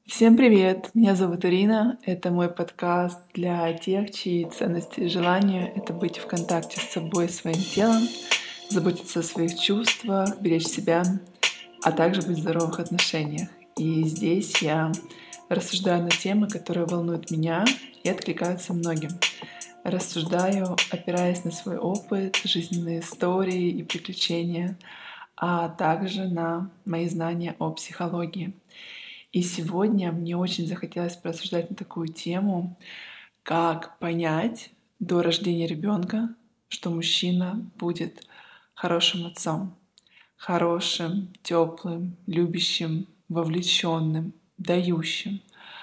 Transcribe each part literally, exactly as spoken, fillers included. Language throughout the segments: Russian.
Всем привет! Меня зовут Ирина. Это мой подкаст для тех, чьи ценности и желания — это быть в контакте с собой, своим телом, заботиться о своих чувствах, беречь себя, а также быть в здоровых отношениях. И здесь я рассуждаю на темы, которые волнуют меня и откликаются многим. Рассуждаю, опираясь на свой опыт, жизненные истории и приключения, а также на мои знания о психологии. И сегодня мне очень захотелось порассуждать на такую тему, как понять до рождения ребенка, что мужчина будет хорошим отцом, хорошим, теплым, любящим, вовлеченным, дающим.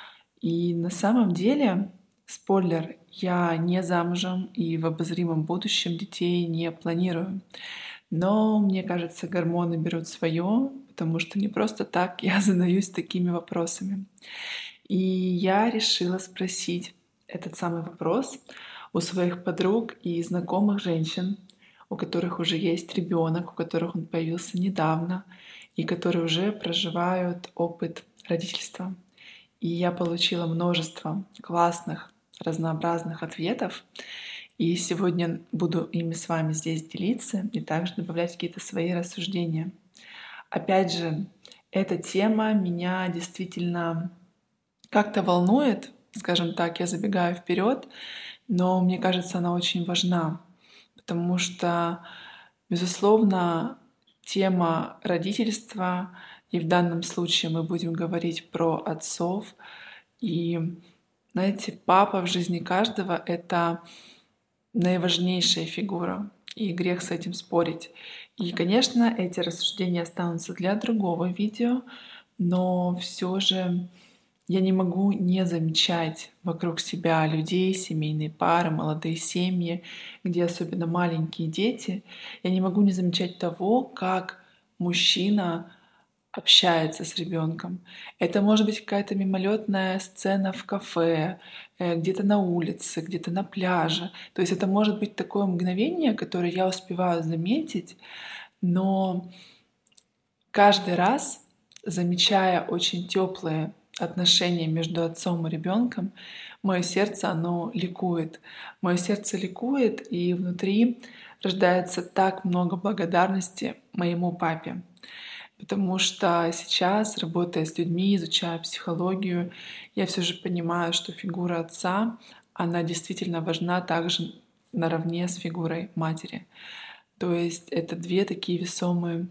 И на самом деле, спойлер, я не замужем и в обозримом будущем детей не планирую. Но мне кажется, гормоны берут свое, потому что не просто так я задаюсь такими вопросами. И я решила спросить этот самый вопрос у своих подруг и знакомых женщин, у которых уже есть ребенок, у которых он появился недавно, и которые уже проживают опыт родительства. И я получила множество классных, разнообразных ответов. И сегодня буду ими с вами здесь делиться и также добавлять какие-то свои рассуждения. Опять же, эта тема меня действительно как-то волнует, скажем так, я забегаю вперед, но мне кажется, она очень важна, потому что, безусловно, тема родительства, и в данном случае мы будем говорить про отцов, и, знаете, папа в жизни каждого — это наиважнейшая фигура, и грех с этим спорить. И, конечно, эти рассуждения останутся для другого видео, но все же я не могу не замечать вокруг себя людей, семейные пары, молодые семьи, где особенно маленькие дети. Я не могу не замечать того, как мужчина общается с ребенком. Это может быть какая-то мимолетная сцена в кафе, э, где-то на улице, где-то на пляже. То есть это может быть такое мгновение, которое я успеваю заметить, но каждый раз, замечая очень теплые отношения между отцом и ребенком, мое сердце, оно ликует. Мое сердце ликует, и внутри рождается так много благодарности моему папе. Потому что сейчас, работая с людьми, изучая психологию, я все же понимаю, что фигура отца, она действительно важна также наравне с фигурой матери. То есть это две такие весомые,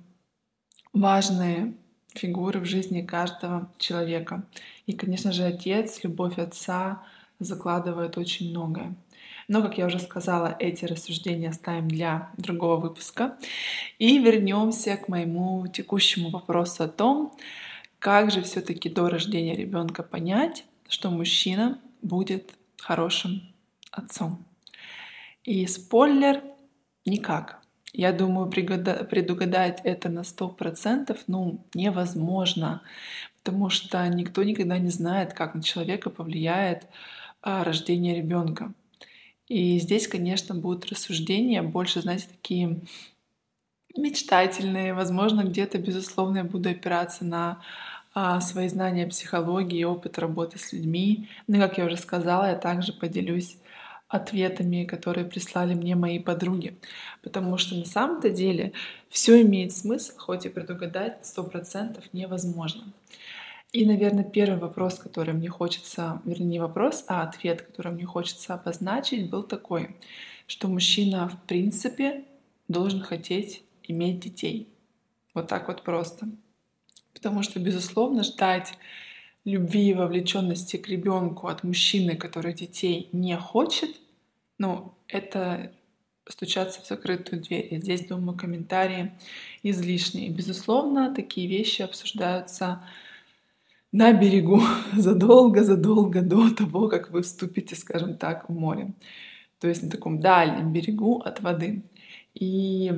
важные фигуры в жизни каждого человека. И, конечно же, отец, любовь отца закладывает очень многое. Но, как я уже сказала, эти рассуждения оставим для другого выпуска. И вернемся к моему текущему вопросу о том, как же все-таки до рождения ребенка понять, что мужчина будет хорошим отцом. И спойлер — никак. Я думаю, пригода- предугадать это на сто процентов ну, невозможно, потому что никто никогда не знает, как на человека повлияет а, рождение ребенка. И здесь, конечно, будут рассуждения больше, знаете, такие мечтательные. Возможно, где-то, безусловно, я буду опираться на а, свои знания психологии и опыт работы с людьми. Ну и, как я уже сказала, я также поделюсь ответами, которые прислали мне мои подруги. Потому что на самом-то деле все имеет смысл, хоть и предугадать сто процентов невозможно. И, наверное, первый вопрос, который мне хочется, вернее, не вопрос, а ответ, который мне хочется обозначить, был такой, что мужчина в принципе должен хотеть иметь детей. Вот так вот просто. Потому что, безусловно, ждать любви и вовлеченности к ребенку от мужчины, который детей не хочет, ну, это стучаться в закрытую дверь. Я здесь думаю, комментарии излишние. Безусловно, такие вещи обсуждаются на берегу задолго-задолго до того, как вы вступите, скажем так, в море. То есть на таком дальнем берегу от воды. И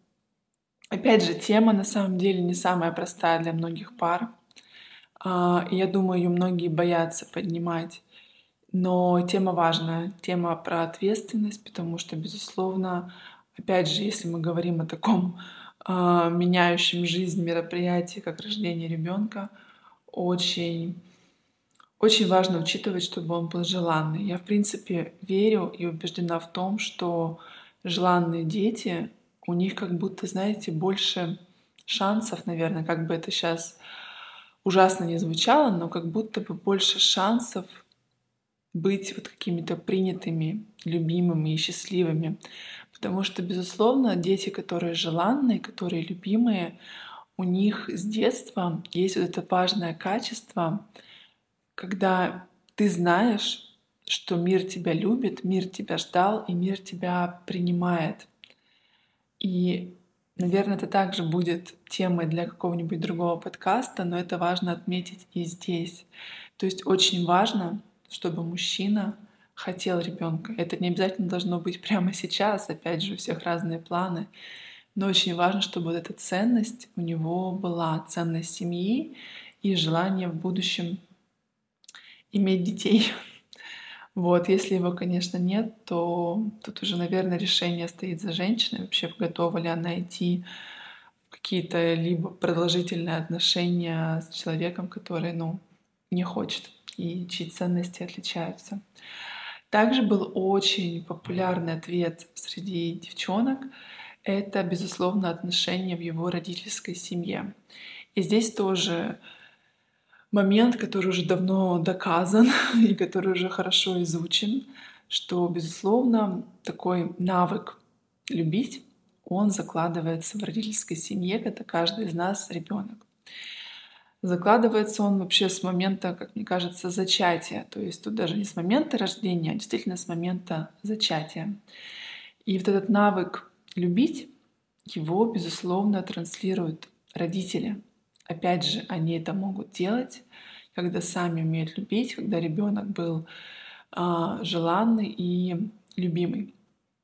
опять же, тема на самом деле не самая простая для многих пар. А, и я думаю, ее многие боятся поднимать. Но тема важная, тема про ответственность, потому что, безусловно, опять же, если мы говорим о таком а, меняющем жизнь мероприятии, как рождение ребенка, очень Очень важно учитывать, чтобы он был желанный. Я, в принципе, верю и убеждена в том, что желанные дети, у них как будто, знаете, больше шансов, наверное, как бы это сейчас ужасно не звучало, но как будто бы больше шансов быть вот какими-то принятыми, любимыми и счастливыми. Потому что, безусловно, дети, которые желанные, которые любимые, у них с детства есть вот это важное качество, когда ты знаешь, что мир тебя любит, мир тебя ждал и мир тебя принимает. И, наверное, это также будет темой для какого-нибудь другого подкаста, но это важно отметить и здесь. То есть очень важно, чтобы мужчина хотел ребенка. Это не обязательно должно быть прямо сейчас, опять же, у всех разные планы. Но очень важно, чтобы вот эта ценность у него была, ценность семьи и желание в будущем иметь детей. Вот, если его, конечно, нет, то тут уже, наверное, решение стоит за женщиной, вообще готова ли она идти в какие-то либо продолжительные отношения с человеком, который, ну, не хочет и чьи ценности отличаются. Также был очень популярный ответ среди девчонок. Это, безусловно, отношения в его родительской семье. И здесь тоже момент, который уже давно доказан и который уже хорошо изучен, что, безусловно, такой навык любить, он закладывается в родительской семье, когда каждый из нас ребенок. Закладывается он вообще с момента, как мне кажется, зачатия. То есть тут даже не с момента рождения, а действительно с момента зачатия. И вот этот навык любить, его, безусловно, транслируют родители. Опять же, они это могут делать, когда сами умеют любить, когда ребенок был а, желанный и любимый.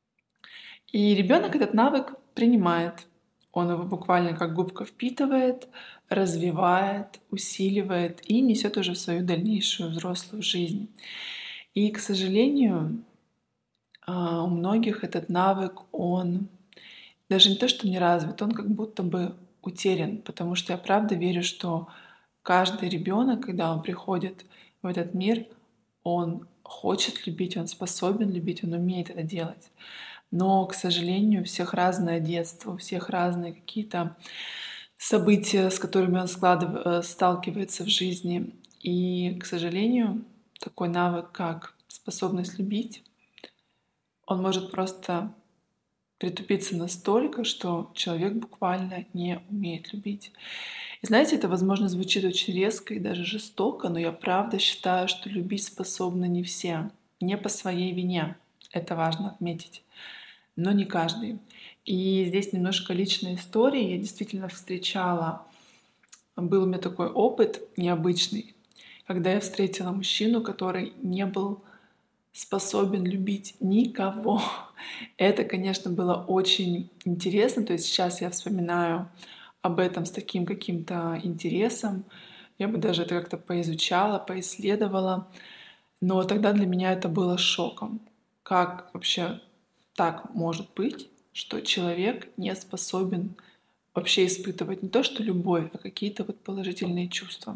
И ребенок этот навык принимает. Он его буквально как губка впитывает, развивает, усиливает и несет уже в свою дальнейшую взрослую жизнь. И, к сожалению, а, у многих этот навык, он даже не то, что не развит, он как будто бы утерян, потому что я правда верю, что каждый ребенок, когда он приходит в этот мир, он хочет любить, он способен любить, он умеет это делать. Но, к сожалению, у всех разное детство, у всех разные какие-то события, с которыми он складыв... э, сталкивается в жизни. И, к сожалению, такой навык, как способность любить, он может просто притупиться настолько, что человек буквально не умеет любить. И знаете, это, возможно, звучит очень резко и даже жестоко, но я правда считаю, что любить способны не все, не по своей вине. Это важно отметить, но не каждый. И здесь немножко личной истории. Я действительно встречала, был у меня такой опыт необычный, когда я встретила мужчину, который не был способен любить никого. Это, конечно, было очень интересно. То есть сейчас я вспоминаю об этом с таким каким-то интересом. Я бы даже это как-то поизучала, поисследовала. Но тогда для меня это было шоком. Как вообще так может быть, что человек не способен вообще испытывать не то что любовь, а какие-то вот положительные чувства.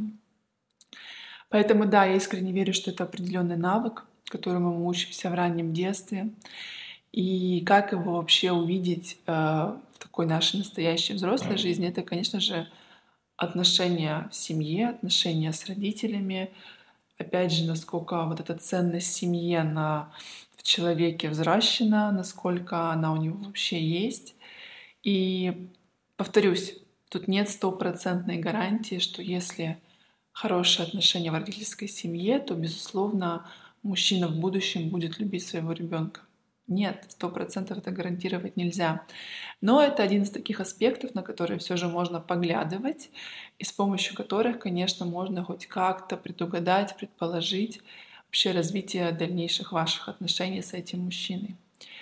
Поэтому да, я искренне верю, что это определенный навык, которому мы учимся в раннем детстве. И как его вообще увидеть э, в такой нашей настоящей взрослой жизни, это, конечно же, отношения в семье, отношения с родителями. Опять же, насколько вот эта ценность семьи, она в человеке взращена, насколько она у него вообще есть. И повторюсь, тут нет стопроцентной гарантии, что если хорошие отношения в родительской семье, то, безусловно, мужчина в будущем будет любить своего ребенка. Нет, сто процентов это гарантировать нельзя. Но это один из таких аспектов, на которые все же можно поглядывать, и с помощью которых, конечно, можно хоть как-то предугадать, предположить вообще развитие дальнейших ваших отношений с этим мужчиной.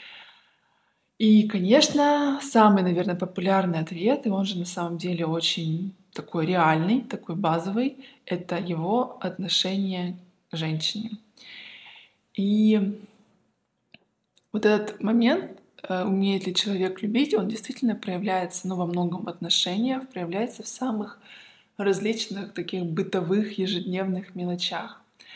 И, конечно, самый, наверное, популярный ответ, и он же на самом деле очень такой реальный, такой базовый, это его отношение к женщине. И вот этот момент, э, умеет ли человек любить, он действительно проявляется, ну, во многом отношениях, проявляется в самых различных таких бытовых, ежедневных мелочах.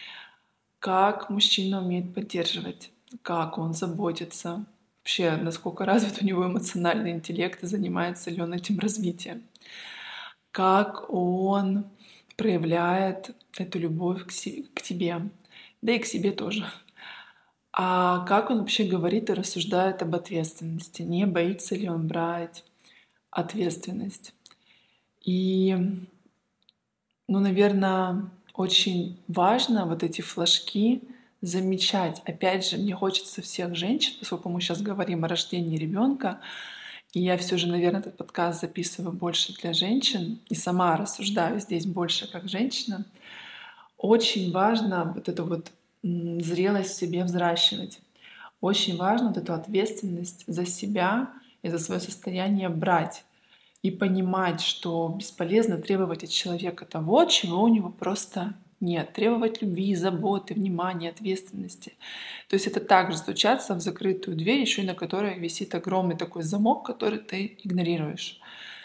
как мужчина умеет поддерживать, как он заботится, вообще, насколько развит у него эмоциональный интеллект и занимается ли он этим развитием, как он проявляет эту любовь к, си- к тебе, да и к себе тоже. А как он вообще говорит и рассуждает об ответственности, не боится ли он брать ответственность. И, ну, наверное, очень важно вот эти флажки замечать. Опять же, мне хочется всех женщин, поскольку мы сейчас говорим о рождении ребенка, и я все же, наверное, этот подкаст записываю больше для женщин и сама рассуждаю здесь больше как женщина. Очень важно вот эту вот м, зрелость в себе взращивать. Очень важно вот эту ответственность за себя и за свое состояние брать и понимать, что бесполезно требовать от человека того, чего у него просто нет. Требовать любви, заботы, внимания, ответственности. То есть это также стучаться в закрытую дверь, еще и на которой висит огромный такой замок, который ты игнорируешь.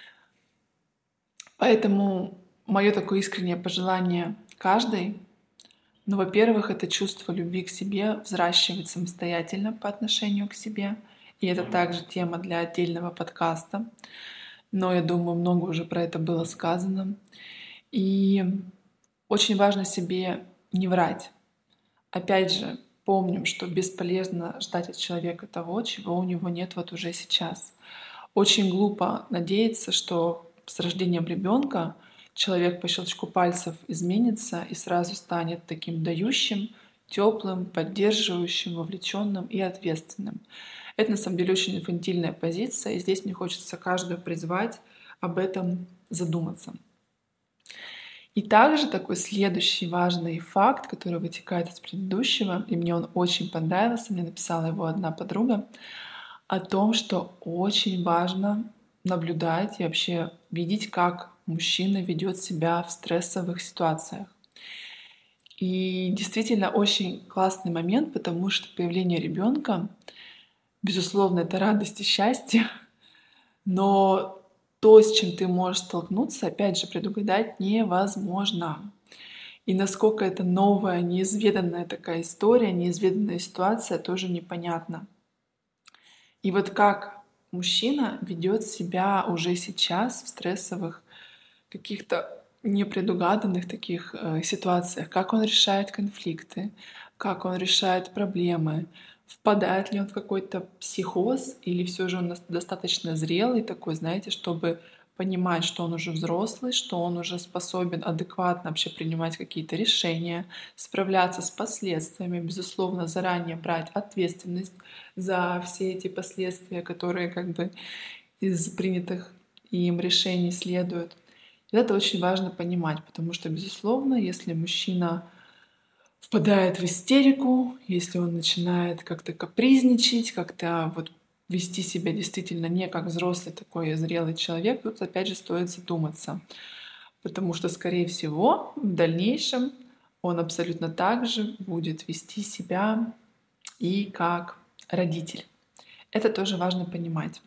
Поэтому мое такое искреннее пожелание каждой, ну, во-первых, это чувство любви к себе взращивать самостоятельно по отношению к себе. И это также тема для отдельного подкаста. Но я думаю, много уже про это было сказано. И очень важно себе не врать. Опять же, помним, что бесполезно ждать от человека того, чего у него нет вот уже сейчас. Очень глупо надеяться, что с рождением ребенка человек по щелчку пальцев изменится и сразу станет таким дающим, теплым, поддерживающим, вовлеченным и ответственным. Это на самом деле очень инфантильная позиция, и здесь мне хочется каждую призвать об этом задуматься. И также такой следующий важный факт, который вытекает из предыдущего, и мне он очень понравился, мне написала его одна подруга, о том, что очень важно наблюдать и вообще видеть, как мужчина ведет себя в стрессовых ситуациях. И действительно очень классный момент, потому что появление ребенка, безусловно, это радость и счастье, но то, с чем ты можешь столкнуться, опять же, предугадать невозможно. И насколько это новая, неизведанная такая история, неизведанная ситуация, тоже непонятно. И вот как мужчина ведет себя уже сейчас в стрессовых каких-то непредугаданных таких э, ситуациях, как он решает конфликты, как он решает проблемы, впадает ли он в какой-то психоз или все же он нас- достаточно зрелый такой, знаете, чтобы понимать, что он уже взрослый, что он уже способен адекватно вообще принимать какие-то решения, справляться с последствиями, безусловно, заранее брать ответственность за все эти последствия, которые как бы из принятых им решений следуют. И это очень важно понимать, потому что, безусловно, если мужчина впадает в истерику, если он начинает как-то капризничать, как-то вот вести себя действительно не как взрослый такой зрелый человек, тут опять же стоит задуматься. Потому что, скорее всего, в дальнейшем он абсолютно так же будет вести себя и как родитель. Это тоже важно понимать.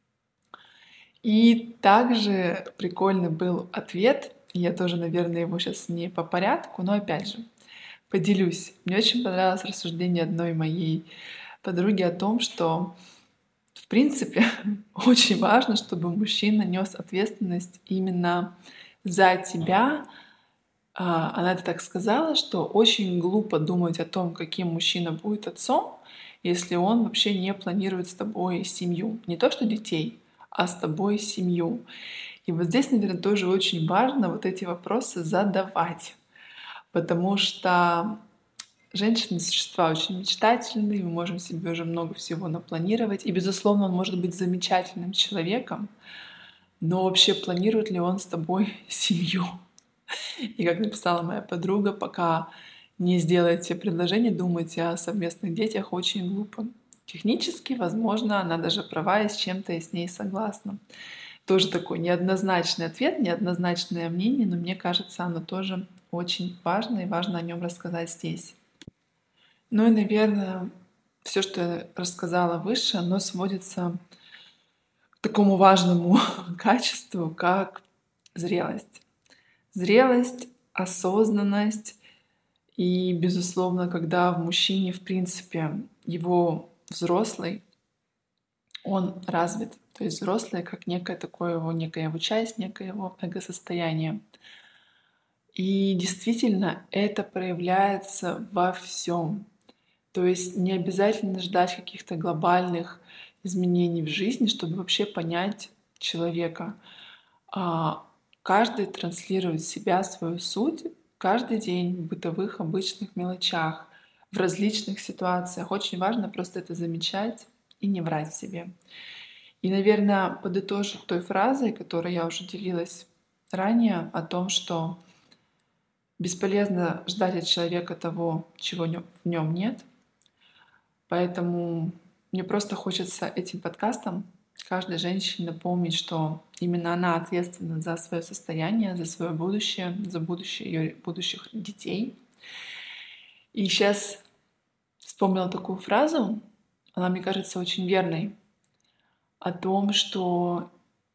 И также прикольный был ответ. Я тоже, наверное, его сейчас не по порядку, но опять же, поделюсь. Мне очень понравилось рассуждение одной моей подруги о том, что, в принципе, очень важно, чтобы мужчина нес ответственность именно за тебя. А, Она это так сказала, что очень глупо думать о том, каким мужчина будет отцом, если он вообще не планирует с тобой семью. Не то что детей, а с тобой семью. И вот здесь, наверное, тоже очень важно вот эти вопросы задавать, потому что женщины — существа очень мечтательные, мы можем себе уже много всего напланировать, и, безусловно, он может быть замечательным человеком, но вообще планирует ли он с тобой семью? И как написала моя подруга, пока не сделаете предложение, думайте о совместных детях очень глупо. Технически, возможно, она даже права и с чем-то и с ней согласна. Тоже такой неоднозначный ответ, неоднозначное мнение, но мне кажется, оно тоже очень важно, и важно о нем рассказать здесь. Ну и, наверное, все, что я рассказала выше, оно сводится к такому важному качеству, как зрелость. Зрелость, осознанность И, безусловно, когда в мужчине, в принципе, его взрослый, он развит. То есть взрослый как некое такое его, некая его часть, некое его эго-состояние. И действительно это проявляется во всем. То есть не обязательно ждать каких-то глобальных изменений в жизни, чтобы вообще понять человека. А, Каждый транслирует себя, свою суть каждый день в бытовых обычных мелочах, в различных ситуациях. Очень важно просто это замечать и не врать себе. И, наверное, подытожить той фразой, которой я уже делилась ранее, о том, что бесполезно ждать от человека того, чего в нем нет. Поэтому мне просто хочется этим подкастом каждой женщине напомнить, что именно она ответственна за свое состояние, за свое будущее, за будущее ее будущих детей. И сейчас вспомнила такую фразу, она мне кажется очень верной, о том, что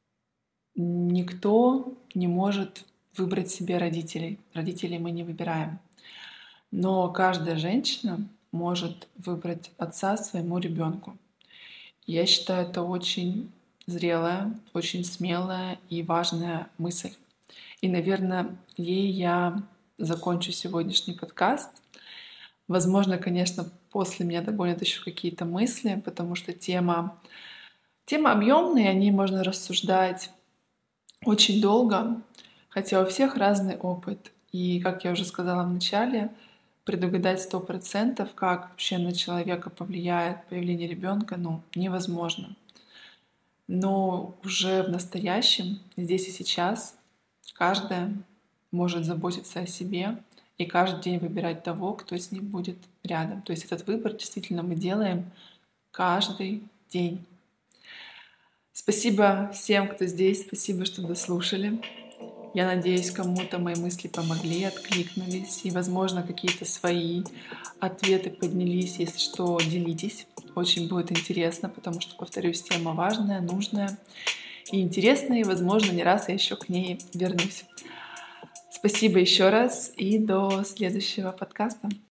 никто не может выбрать себе родителей. Родителей мы не выбираем. Но каждая женщина может выбрать отца своему ребенку. Я считаю, это очень зрелая, очень смелая и важная мысль. И, наверное, ей я закончу сегодняшний подкаст. Возможно, конечно, после меня догонят еще какие-то мысли, потому что тема, тема объемная, о ней можно рассуждать очень долго, хотя у всех разный опыт. И, как я уже сказала в начале, предугадать сто процентов, как вообще на человека повлияет появление ребенка, ну, невозможно. Но уже в настоящем, здесь и сейчас, каждая может заботиться о себе и каждый день выбирать того, кто с ним будет рядом. То есть этот выбор действительно мы делаем каждый день. Спасибо всем, кто здесь, спасибо, что дослушали. Я надеюсь, кому-то мои мысли помогли, откликнулись, и, возможно, какие-то свои ответы поднялись. Если что, делитесь. Очень будет интересно, потому что, повторюсь, тема важная, нужная и интересная, и, возможно, не раз я еще к ней вернусь. Спасибо еще раз, и до следующего подкаста.